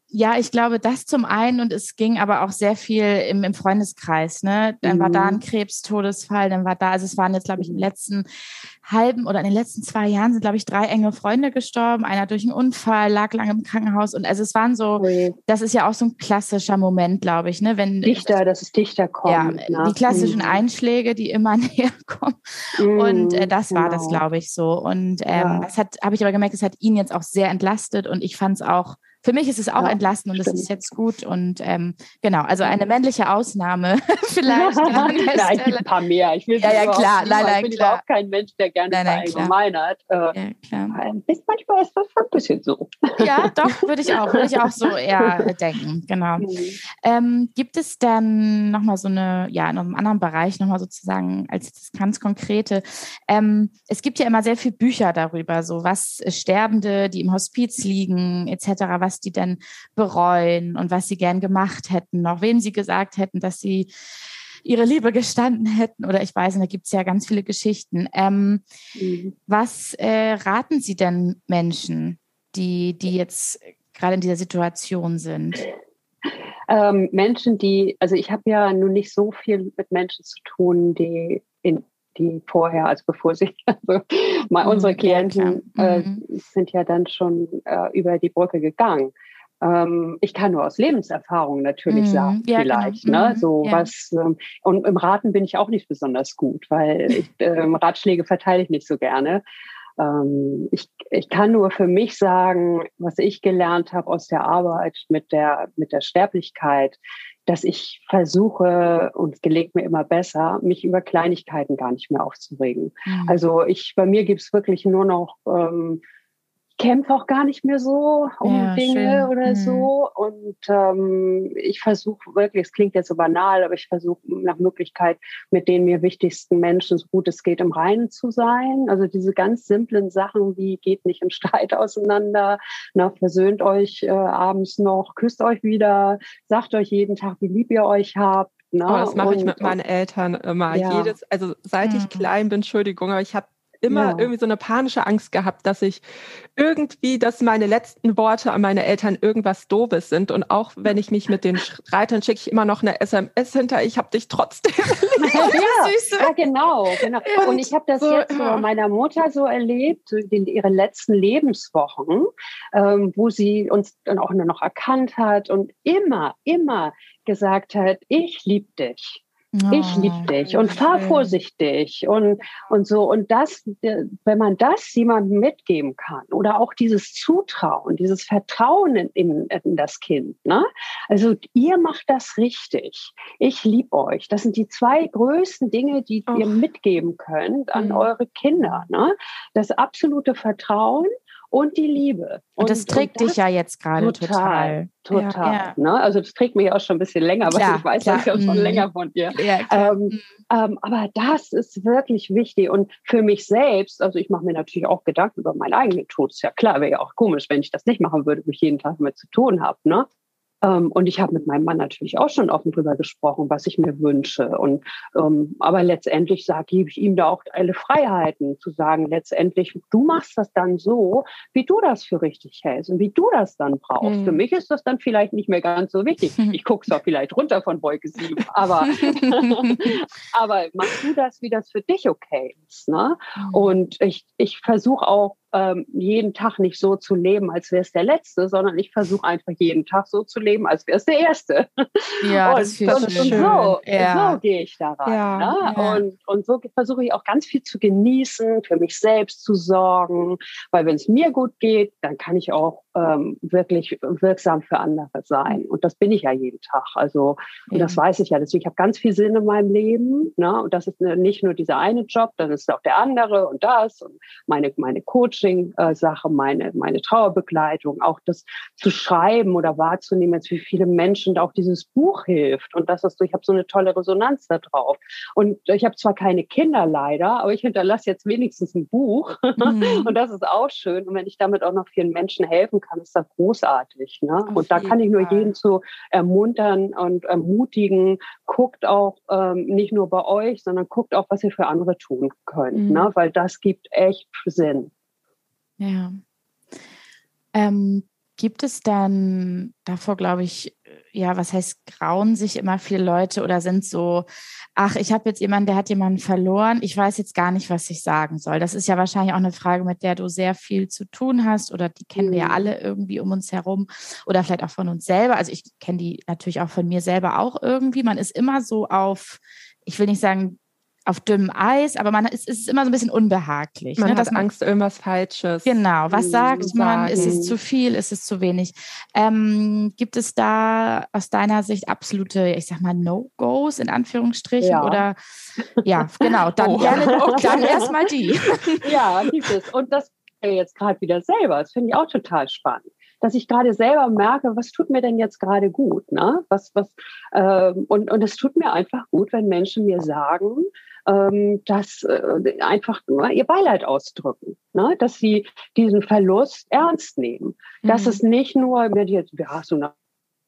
Ja, ich glaube, das zum einen und es ging aber auch sehr viel im, im Freundeskreis, ne? Dann mhm. war da ein Krebstodesfall, dann war da, also es waren jetzt, glaube ich, im letzten halben oder in den letzten zwei Jahren sind, glaube ich, drei enge Freunde gestorben, einer durch einen Unfall, lag lange im Krankenhaus und also es waren so, okay. Das ist ja auch so ein klassischer Moment, glaube ich, ne? Wenn dichter, dass es dichter kommt. Ja, ne? Die klassischen mhm. Einschläge, die immer näher kommen mhm, und äh, das genau. war das, glaube ich, so und ähm, ja. das hat, habe ich aber gemerkt, es hat ihn jetzt auch sehr entlastet und ich fand es auch Für mich ist es auch ja, entlastend und es ist jetzt gut und ähm, genau, also eine männliche Ausnahme vielleicht. An der nein, es gibt ein paar mehr. Ich will ja, ja, klar, nein, nein, ich bin klar. überhaupt kein Mensch, der gerne verallgemeinert. Äh, ja, klar. Ist manchmal ist das ein bisschen so. Ja, doch, würde ich auch, würde ich auch so eher denken, genau. Mhm. Ähm, gibt es dann nochmal so eine, ja, in einem anderen Bereich nochmal sozusagen als das ganz Konkrete, ähm, es gibt ja immer sehr viele Bücher darüber, so was Sterbende, die im Hospiz liegen, et cetera, was die denn bereuen und was sie gern gemacht hätten, noch wem sie gesagt hätten, dass sie ihre Liebe gestanden hätten oder ich weiß nicht, da gibt es ja ganz viele Geschichten. Ähm, mhm. Was äh, raten Sie denn Menschen, die, die jetzt gerade in dieser Situation sind? Ähm, Menschen, die, also ich habe ja nun nicht so viel mit Menschen zu tun, die in die vorher, also bevor sie, also mal mhm, unsere Klienten ja, äh, mhm. sind ja dann schon äh, über die Brücke gegangen. Ähm, ich kann nur aus Lebenserfahrung natürlich mhm, sagen, ja, vielleicht, genau. ne, so ja. was, ähm, und im Raten bin ich auch nicht besonders gut, weil ich, ähm, Ratschläge verteile ich nicht so gerne. Ähm, ich, ich kann nur für mich sagen, was ich gelernt habe aus der Arbeit mit der, mit der Sterblichkeit, dass ich versuche, und es gelingt mir immer besser, mich über Kleinigkeiten gar nicht mehr aufzuregen. Mhm. Also ich, bei mir gibt es wirklich nur noch, ähm, ich kämpfe auch gar nicht mehr so um ja, Dinge schön. oder mhm. so. Und ähm, ich versuche wirklich, es klingt jetzt so banal, aber ich versuche nach Möglichkeit, mit den mir wichtigsten Menschen, so gut es geht, im Reinen zu sein. Also diese ganz simplen Sachen wie geht nicht im Streit auseinander, na, versöhnt euch äh, abends noch, küsst euch wieder, sagt euch jeden Tag, wie lieb ihr euch habt. Ne? Oh, das mache ich mit meinen Eltern immer. Ja. Jedes, also seit ich mhm. klein bin, Entschuldigung, aber ich habe immer ja. irgendwie so eine panische Angst gehabt, dass ich irgendwie, dass meine letzten Worte an meine Eltern irgendwas Doofes sind. Und auch wenn ich mich mit den streite, schicke ich immer noch eine S M S hinter, ich habe dich trotzdem lieb. Ja, ja, genau. genau. Und, und ich habe das so, jetzt ja. bei meiner Mutter so erlebt, in ihre letzten Lebenswochen, ähm, wo sie uns dann auch nur noch erkannt hat und immer, immer gesagt hat, ich liebe dich. Oh, ich liebe dich und fahr vorsichtig und, und so. Und das, wenn man das jemandem mitgeben kann oder auch dieses Zutrauen, dieses Vertrauen in, in, in das Kind, ne? Also ihr macht das richtig. Ich liebe euch. Das sind die zwei größten Dinge, die oh. ihr mitgeben könnt an mhm. eure Kinder, ne? Das absolute Vertrauen und die Liebe. Und, und das trägt und das dich ja jetzt gerade total. Total. total ja. Ne? Also das trägt mich auch schon ein bisschen länger, klar, weil ich weiß klar. das ja schon mm. länger von dir. Ja, ähm, ähm, aber das ist wirklich wichtig. Und für mich selbst, also ich mache mir natürlich auch Gedanken über meinen eigenen Tod. Ist ja klar, wäre ja auch komisch, wenn ich das nicht machen würde, wo ich jeden Tag damit zu tun habe. Ne? Um, und ich habe mit meinem Mann natürlich auch schon offen drüber gesprochen, was ich mir wünsche. Und um, aber letztendlich sage gebe ich ihm da auch alle Freiheiten zu sagen, letztendlich, du machst das dann so, wie du das für richtig hältst und wie du das dann brauchst. Mhm. Für mich ist das dann vielleicht nicht mehr ganz so wichtig. Ich gucke zwar vielleicht runter von Wolke sieben, aber, aber machst du das, wie das für dich okay ist. Ne? Mhm. Und ich, ich versuche auch, Ähm, jeden Tag nicht so zu leben, als wäre es der letzte, sondern ich versuche einfach jeden Tag so zu leben, als wäre es der erste. Ja, und, das ist und, und so, ja. so gehe ich da rein. Ja, ne? ja. Und, und so versuche ich auch ganz viel zu genießen, für mich selbst zu sorgen, weil wenn es mir gut geht, dann kann ich auch ähm, wirklich wirksam für andere sein. Und das bin ich ja jeden Tag. Also, und ja. das weiß ich ja. Deswegen, ich habe ganz viel Sinn in meinem Leben. Ne? Und das ist nicht nur dieser eine Job, dann ist auch der andere und das und meine, meine Coach Sache, meine, meine Trauerbegleitung, auch das zu schreiben oder wahrzunehmen, als wie viele Menschen auch dieses Buch hilft. Und das ist so, ich habe so eine tolle Resonanz da drauf. Und ich habe zwar keine Kinder leider, aber ich hinterlasse jetzt wenigstens ein Buch. Mhm. Und das ist auch schön. Und wenn ich damit auch noch vielen Menschen helfen kann, ist das großartig. Ne? Und da kann ich nur jeden zu ermuntern und ermutigen, guckt auch ähm, nicht nur bei euch, sondern guckt auch, was ihr für andere tun könnt. Mhm. Ne? Weil das gibt echt Sinn. Ja. Ähm, gibt es dann davor, glaube ich, ja, was heißt, grauen sich immer viele Leute oder sind so, ach, ich habe jetzt jemanden, der hat jemanden verloren, ich weiß jetzt gar nicht, was ich sagen soll. Das ist ja wahrscheinlich auch eine Frage, mit der du sehr viel zu tun hast oder die kennen wir ja alle irgendwie um uns herum oder vielleicht auch von uns selber. Also ich kenne die natürlich auch von mir selber auch irgendwie. Man ist immer so auf, ich will nicht sagen, auf dünnem Eis, aber man ist, ist immer so ein bisschen unbehaglich. Man ne? hat Dass man, Angst, irgendwas Falsches. Genau, was sagt zu man? sagen. Ist es zu viel? Ist es zu wenig? Ähm, gibt es da aus deiner Sicht absolute, ich sag mal, No-Gos in Anführungsstrichen? Ja. Oder ja, genau, dann Oh. gerne, Okay. dann erstmal die. Ja, gibt es. Und das jetzt gerade wieder selber. Das finde ich auch total spannend. Dass ich gerade selber merke, was tut mir denn jetzt gerade gut, ne? Was, was, ähm, und, und es tut mir einfach gut, wenn Menschen mir sagen, ähm, dass äh, einfach nur ihr Beileid ausdrücken, ne? Dass sie diesen Verlust ernst nehmen. Mhm. Dass es nicht nur mit jetzt, ja, so eine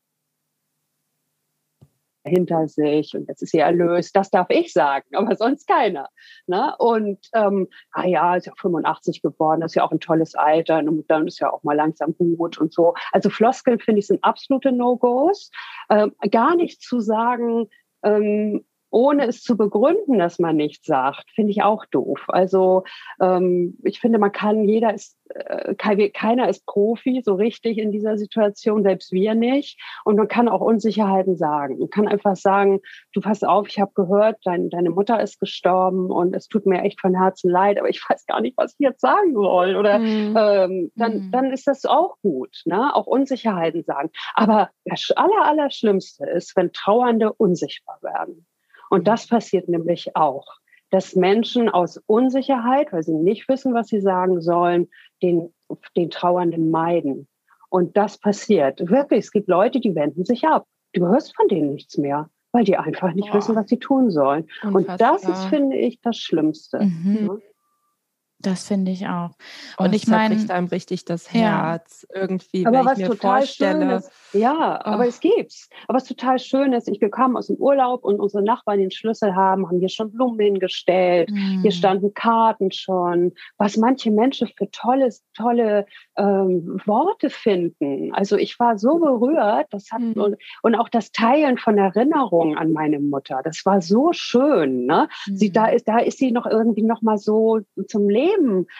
hinter sich und jetzt ist sie erlöst, das darf ich sagen, aber sonst keiner. Ne? Und ähm, ah ja, ist ja fünfundachtzig geworden, das ist ja auch ein tolles Alter und dann ist ja auch mal langsam gut und so. Also Floskeln, finde ich, sind absolute No-Gos. Ähm, gar nicht zu sagen, ähm, ohne es zu begründen, dass man nichts sagt, finde ich auch doof. Also ähm, ich finde, man kann, jeder ist, äh, keiner ist Profi so richtig in dieser Situation, selbst wir nicht. Und man kann auch Unsicherheiten sagen. Man kann einfach sagen, du pass auf, ich habe gehört, dein, deine Mutter ist gestorben und es tut mir echt von Herzen leid, aber ich weiß gar nicht, was ich jetzt sagen soll. Oder mhm. ähm, dann, mhm. dann ist das auch gut, ne? Auch Unsicherheiten sagen. Aber das aller, aller Schlimmste ist, wenn Trauernde unsichtbar werden. Und das passiert nämlich auch, dass Menschen aus Unsicherheit, weil sie nicht wissen, was sie sagen sollen, den, den Trauernden meiden. Und das passiert. Wirklich, es gibt Leute, die wenden sich ab. Du hörst von denen nichts mehr, weil die einfach nicht Boah. wissen, was sie tun sollen. Unfassbar. Und das ist, finde ich, das Schlimmste. Mhm. Ja? Das finde ich auch. Und, und ich meine, zerbricht einem richtig das Herz ja. irgendwie, aber wenn was ich mir total vorstelle. Schön ist, ja, oh. aber es gibt's. Aber was total schön ist, ich kam aus dem Urlaub und unsere Nachbarn den Schlüssel haben, haben hier schon Blumen hingestellt. Mm. Hier standen Karten schon. Was manche Menschen für tolle, tolle ähm, Worte finden. Also ich war so berührt. Das hat mm. und, und auch das Teilen von Erinnerungen an meine Mutter. Das war so schön. Ne? Mm. Sie da ist, da ist sie noch irgendwie noch mal so zum Leben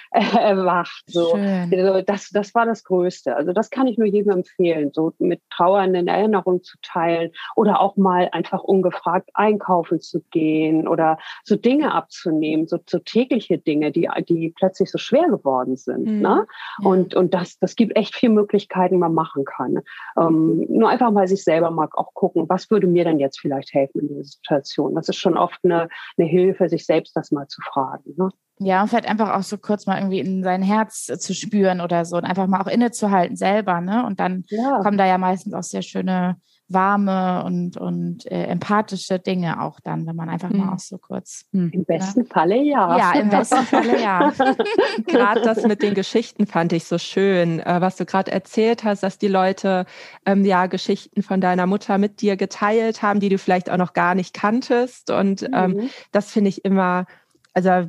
erwacht. So. Das, das war das Größte. Also das kann ich nur jedem empfehlen, so mit trauernden Erinnerungen zu teilen oder auch mal einfach ungefragt einkaufen zu gehen oder so Dinge abzunehmen, so, so tägliche Dinge, die, die plötzlich so schwer geworden sind. Mhm. Ne? Ja. Und, und das, das gibt echt viele Möglichkeiten, man machen kann. Ähm, nur einfach mal sich selber mal auch gucken, was würde mir denn jetzt vielleicht helfen in dieser Situation? Das ist schon oft eine, eine Hilfe, sich selbst das mal zu fragen. Ne? Ja, und vielleicht einfach auch so kurz mal irgendwie in sein Herz zu spüren oder so und einfach mal auch innezuhalten selber, ne? Und dann ja. kommen da ja meistens auch sehr schöne, warme und, und äh, empathische Dinge auch dann, wenn man einfach hm. mal auch so kurz... Hm, Im besten ne? Falle ja. Ja, im besten Falle ja. Gerade das mit den Geschichten fand ich so schön, äh, was du gerade erzählt hast, dass die Leute ähm, ja Geschichten von deiner Mutter mit dir geteilt haben, die du vielleicht auch noch gar nicht kanntest. Und ähm, mhm. das finde ich immer... also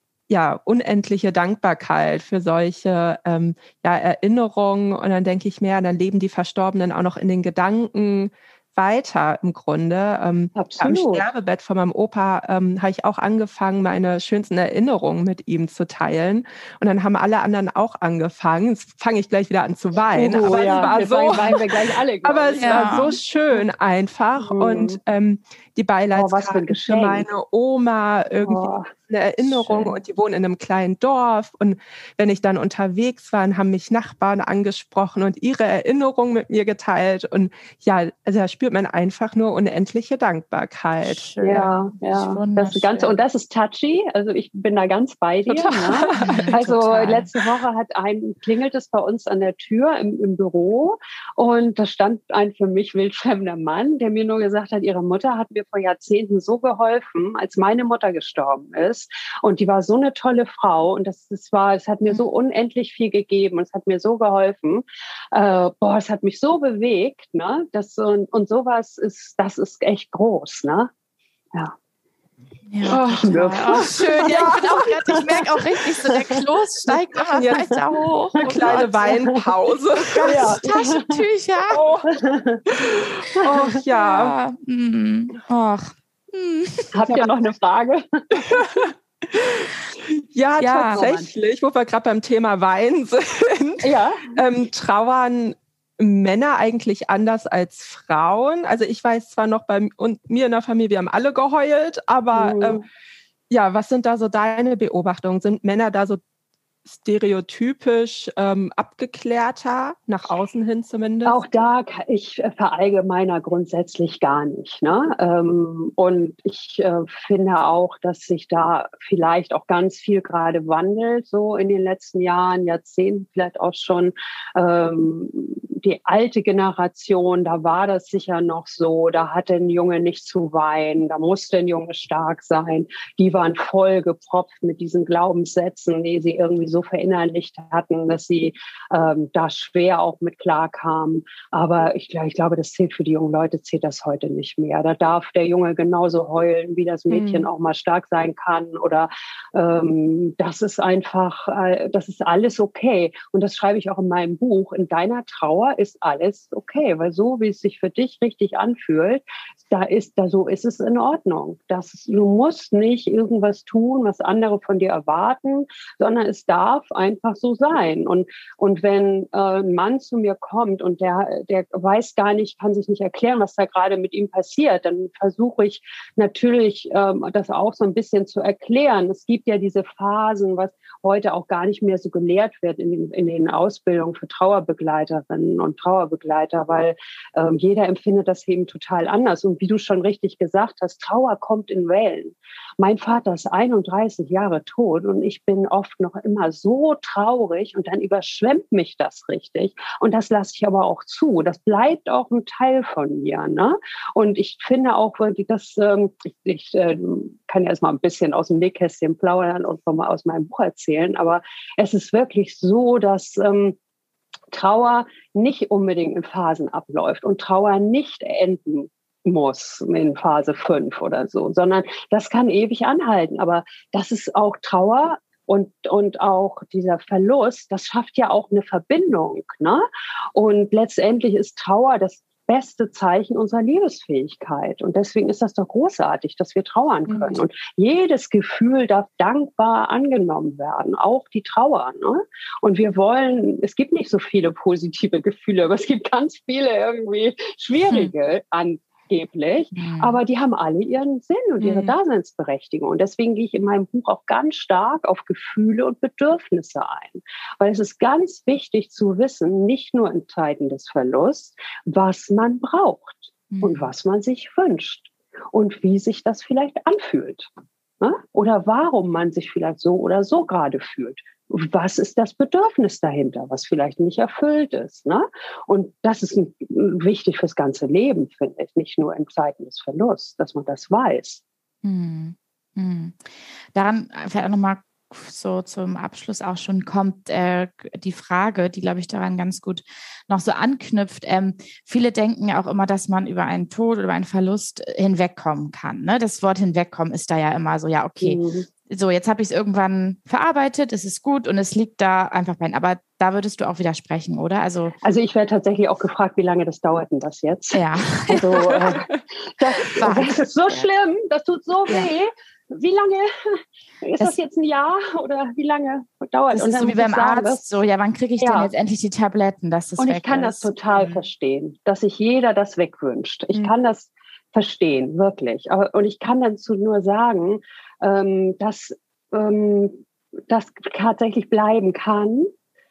ja, unendliche Dankbarkeit für solche ähm, ja, Erinnerungen. Und dann denke ich mir, dann leben die Verstorbenen auch noch in den Gedanken weiter im Grunde. Ähm, am Sterbebett von meinem Opa ähm, habe ich auch angefangen, meine schönsten Erinnerungen mit ihm zu teilen. Und dann haben alle anderen auch angefangen. Jetzt fange ich gleich wieder an zu weinen. Oh, aber ja. es war wir so, wir gleich alle, aber es ja. war so schön einfach. Mhm. Und ähm, die Beileidskarten oh, für meine Oma, irgendwie oh. eine Erinnerung Schön. Und die wohnen in einem kleinen Dorf und wenn ich dann unterwegs war, haben mich Nachbarn angesprochen und ihre Erinnerungen mit mir geteilt und ja, also da spürt man einfach nur unendliche Dankbarkeit. Schön. Ja, ja. Das Ganze, und das ist touchy, also ich bin da ganz bei dir. Ne? Also Total. Letzte Woche hat ein, klingelt es bei uns an der Tür im, im Büro und da stand ein für mich wildfremder Mann, der mir nur gesagt hat, ihre Mutter hat mir vor Jahrzehnten so geholfen, als meine Mutter gestorben ist. Und die war so eine tolle Frau und das, das war, es hat mir so unendlich viel gegeben und es hat mir so geholfen. Äh, boah, es hat mich so bewegt, ne? Das und, und sowas ist, das ist echt groß, ne? Ja. Ja, oh, oh, schön. Ja, ich, bin auch grad, ich merke auch richtig, so der Kloß steigt immer weiter hoch. Eine kleine oh Weinpause. Ja. Taschentücher. Oh, oh ja. ja. Mm. Och. Mm. Habt ihr noch eine Frage? Ja, ja, tatsächlich, wo wir gerade beim Thema Wein sind. Ja. Ähm, trauern Männer eigentlich anders als Frauen? Also ich weiß zwar noch, bei und mir in der Familie, wir haben alle geheult, aber mhm. ähm, ja, was sind da so deine Beobachtungen? Sind Männer da so stereotypisch ähm, abgeklärter, nach außen hin zumindest? Auch da, ich verallgemeiner grundsätzlich gar nicht. Ne? Ähm, und ich äh, finde auch, dass sich da vielleicht auch ganz viel gerade wandelt, so in den letzten Jahren, Jahrzehnten vielleicht auch schon. Ähm, die alte Generation, da war das sicher noch so, da hatte ein Junge nicht zu weinen, da musste ein Junge stark sein. Die waren voll gepropft mit diesen Glaubenssätzen, die sie irgendwie so verinnerlicht hatten, dass sie ähm, da schwer auch mit klarkamen. Aber ich, ich glaube, das zählt für die jungen Leute, zählt das heute nicht mehr. Da darf der Junge genauso heulen, wie das Mädchen mhm. auch mal stark sein kann. Oder ähm, das ist einfach, äh, das ist alles okay. Und das schreibe ich auch in meinem Buch. In deiner Trauer ist alles okay, weil so, wie es sich für dich richtig anfühlt, da ist, da so ist es in Ordnung. Das, du musst nicht irgendwas tun, was andere von dir erwarten, sondern es darf einfach so sein. Und, und wenn äh, ein Mann zu mir kommt und der, der weiß gar nicht, kann sich nicht erklären, was da gerade mit ihm passiert, dann versuche ich natürlich, ähm, das auch so ein bisschen zu erklären. Es gibt ja diese Phasen, was heute auch gar nicht mehr so gelehrt wird in den, in den Ausbildungen für Trauerbegleiterinnen und Trauerbegleiter, weil ähm, jeder empfindet das eben total anders. Und wie du schon richtig gesagt hast, Trauer kommt in Wellen. Mein Vater ist einunddreißig Jahre tot und ich bin oft noch immer so traurig und dann überschwemmt mich das richtig. Und das lasse ich aber auch zu. Das bleibt auch ein Teil von mir. Ne? Und ich finde auch, dass ähm, ich, ich äh, kann ja erst mal ein bisschen aus dem Nähkästchen plaudern und mal aus meinem Buch erzählen, aber es ist wirklich so, dass ähm, Trauer nicht unbedingt in Phasen abläuft und Trauer nicht enden muss in Phase fünf oder so, sondern das kann ewig anhalten. Aber das ist auch Trauer und, und auch dieser Verlust, das schafft ja auch eine Verbindung. Ne? Und letztendlich ist Trauer das beste Zeichen unserer Liebesfähigkeit. Und deswegen ist das doch großartig, dass wir trauern können. Mhm. Und jedes Gefühl darf dankbar angenommen werden, auch die Trauer. Ne? Und wir wollen, es gibt nicht so viele positive Gefühle, aber es gibt ganz viele irgendwie schwierige an angeblich, mhm. aber die haben alle ihren Sinn und ihre mhm. Daseinsberechtigung. Und deswegen gehe ich in meinem Buch auch ganz stark auf Gefühle und Bedürfnisse ein. Weil es ist ganz wichtig zu wissen, nicht nur in Zeiten des Verlusts, was man braucht mhm. und was man sich wünscht und wie sich das vielleicht anfühlt. Ne? Oder warum man sich vielleicht so oder so gerade fühlt. Was ist das Bedürfnis dahinter, was vielleicht nicht erfüllt ist? Ne? Und das ist ein, wichtig fürs ganze Leben, finde ich, nicht nur in Zeiten des Verlusts, dass man das weiß. Hm. Hm. Daran vielleicht auch nochmal so zum Abschluss auch schon kommt äh, die Frage, die, glaube ich, daran ganz gut noch so anknüpft. Ähm, viele denken ja auch immer, dass man über einen Tod oder über einen Verlust hinwegkommen kann. Ne? Das Wort hinwegkommen ist da ja immer so, ja, okay, mhm. so, jetzt habe ich es irgendwann verarbeitet, es ist gut und es liegt da einfach bei. Aber da würdest du auch widersprechen, oder? Also, also ich werde tatsächlich auch gefragt, wie lange das dauert denn das jetzt? Ja. Also äh, das, das ist so schlimm, das tut so weh. Ja. Wie lange, ist das, das jetzt ein Jahr oder wie lange dauert das? Das ist so wie beim sagen, Arzt, so, ja, wann kriege ich ja. denn jetzt endlich die Tabletten, dass das Und weg ich kann ist? das total mhm. verstehen, dass sich jeder das wegwünscht. Ich mhm. kann das verstehen, wirklich. Aber, und ich kann dazu nur sagen, ähm, dass ähm, das tatsächlich bleiben kann,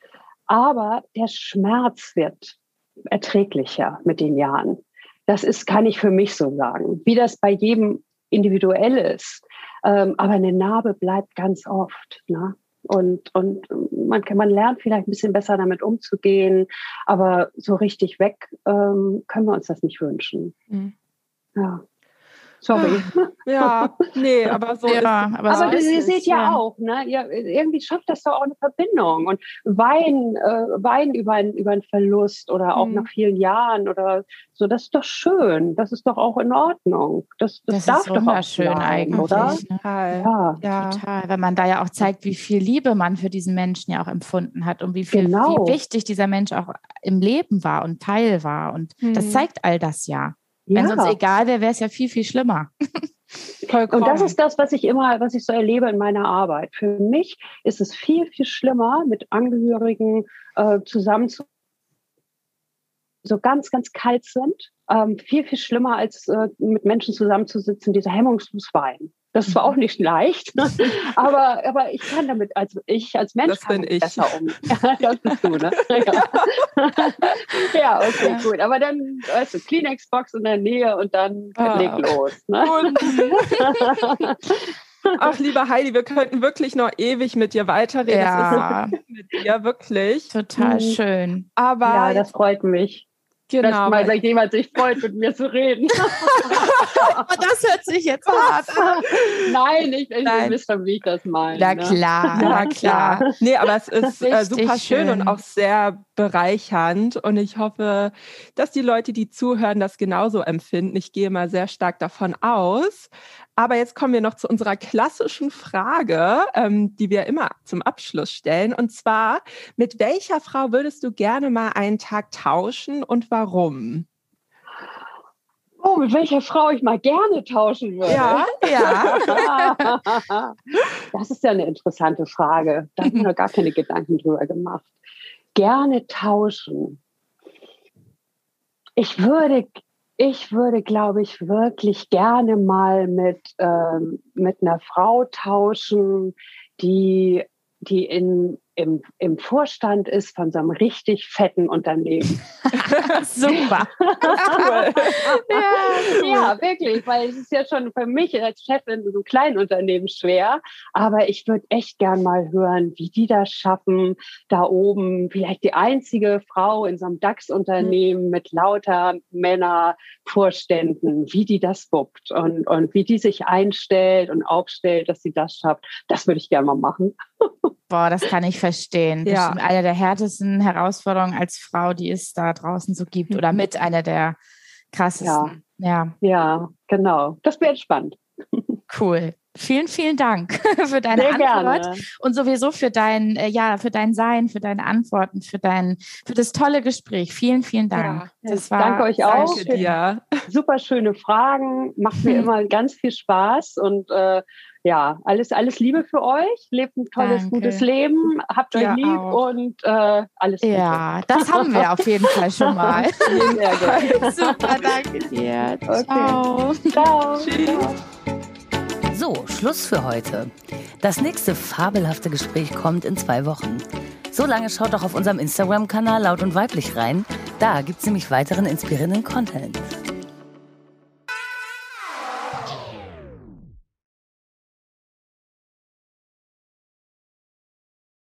aber der Schmerz wird erträglicher mit den Jahren. Das ist, kann ich für mich so sagen. Wie das bei jedem individuell ist. Ähm, aber eine Narbe bleibt ganz oft. Ne? Und, und man, kann, man lernt vielleicht ein bisschen besser damit umzugehen, aber so richtig weg ähm, können wir uns das nicht wünschen. Mhm. Ja. Sorry. Ja, nee, aber so ja, ist aber, so aber ist ihr es, seht ja, ja auch, ne? Ihr, irgendwie schafft das doch auch eine Verbindung. Und Wein, äh, Wein über, ein, über einen Verlust oder auch Mhm. nach vielen Jahren oder so, das ist doch schön. Das ist doch auch in Ordnung. Das, das, Das darf ist doch auch wunderschön sein, eigentlich, oder? ne? total. Ja. Ja. Total, weil man da ja auch zeigt, wie viel Liebe man für diesen Menschen ja auch empfunden hat und wie viel, Genau. wie wichtig dieser Mensch auch im Leben war und Teil war. Und Hm. das zeigt all das ja. Wenn es uns Ja. egal wäre, wäre es ja viel, viel schlimmer. Vollkommen. Und das ist das, was ich immer, was ich so erlebe in meiner Arbeit. Für mich ist es viel, viel schlimmer, mit Angehörigen äh, zusammen zu so ganz, ganz kalt sind. Ähm, viel, viel schlimmer, als äh, mit Menschen zusammenzusitzen, die so hemmungslos weinen. Das ist zwar auch nicht leicht, ne? aber, aber ich kann damit, also ich als Mensch Das kann bin damit ich. besser um. Das bist du, ne? Ja, ja okay, Ja. gut. Aber dann, weißt du, Kleenex-Box in der Nähe und dann Ah. leg los. Ne? Ach, liebe Heidi, wir könnten wirklich noch ewig mit dir weiterreden. Ja. Es ist so gut mit dir, wirklich. Total Mhm. schön. Aber Ja, das freut mich. Dass genau, mal jemand sich freut, mit mir zu reden. Oh, das hört sich jetzt hart an. Nein, ich, ich Nein. ihr wisst schon, wie ich das meine. Na ne? klar, ja, na klar. Nee, aber es ist äh, Richtig super schön, schön. und auch sehr bereichernd. Und ich hoffe, dass die Leute, die zuhören, das genauso empfinden. Ich gehe mal sehr stark davon aus. Aber jetzt kommen wir noch zu unserer klassischen Frage, ähm, die wir immer zum Abschluss stellen. Und zwar, mit welcher Frau würdest du gerne mal einen Tag tauschen und warum? Oh, mit welcher Frau ich mal gerne tauschen würde. Ja, Ja. Das ist ja eine interessante Frage. Da habe ich mir noch gar keine Gedanken drüber gemacht. Gerne tauschen. Ich würde, ich würde, glaube ich, wirklich gerne mal mit, ähm, mit einer Frau tauschen, die, die in, im, im Vorstand ist von so einem richtig fetten Unternehmen. Super. cool. Ja, Ja, wirklich, weil es ist ja schon für mich als Chefin so ein Kleinunternehmen schwer, aber ich würde echt gern mal hören, wie die das schaffen, da oben vielleicht die einzige Frau in so einem DAX-Unternehmen mit lauter Männer-Vorständen, wie die das wuppt und, und wie die sich einstellt und aufstellt, dass sie das schafft. Das würde ich gern mal machen. Boah, das kann ich verstehen. Ja. Bestimmt eine der härtesten Herausforderungen als Frau, die es da draußen so gibt. Oder mit einer der krassesten. Ja, Ja, genau. Das wäre spannend. cool. Vielen, vielen Dank für deine Sehr Antwort gerne. und sowieso für dein, äh, ja, für dein Sein, für deine Antworten, für dein, für das tolle Gespräch. Vielen, vielen Dank. Ja, das war danke euch auch. Danke dir. Super schöne Fragen, macht mir immer ganz viel Spaß und äh, ja, alles, alles Liebe für euch. Lebt ein tolles, Danke. gutes Leben, habt euch Dir lieb auch. und äh, alles Gute. Ja, das haben wir auf jeden Fall schon mal. Sehr gerne. Super, danke dir. Okay. Ciao. Ciao. Tschüss. Ciao. So, Schluss für heute. Das nächste fabelhafte Gespräch kommt in zwei Wochen. So lange schaut doch auf unserem Instagram-Kanal Laut und Weiblich rein. Da gibt's nämlich weiteren inspirierenden Content.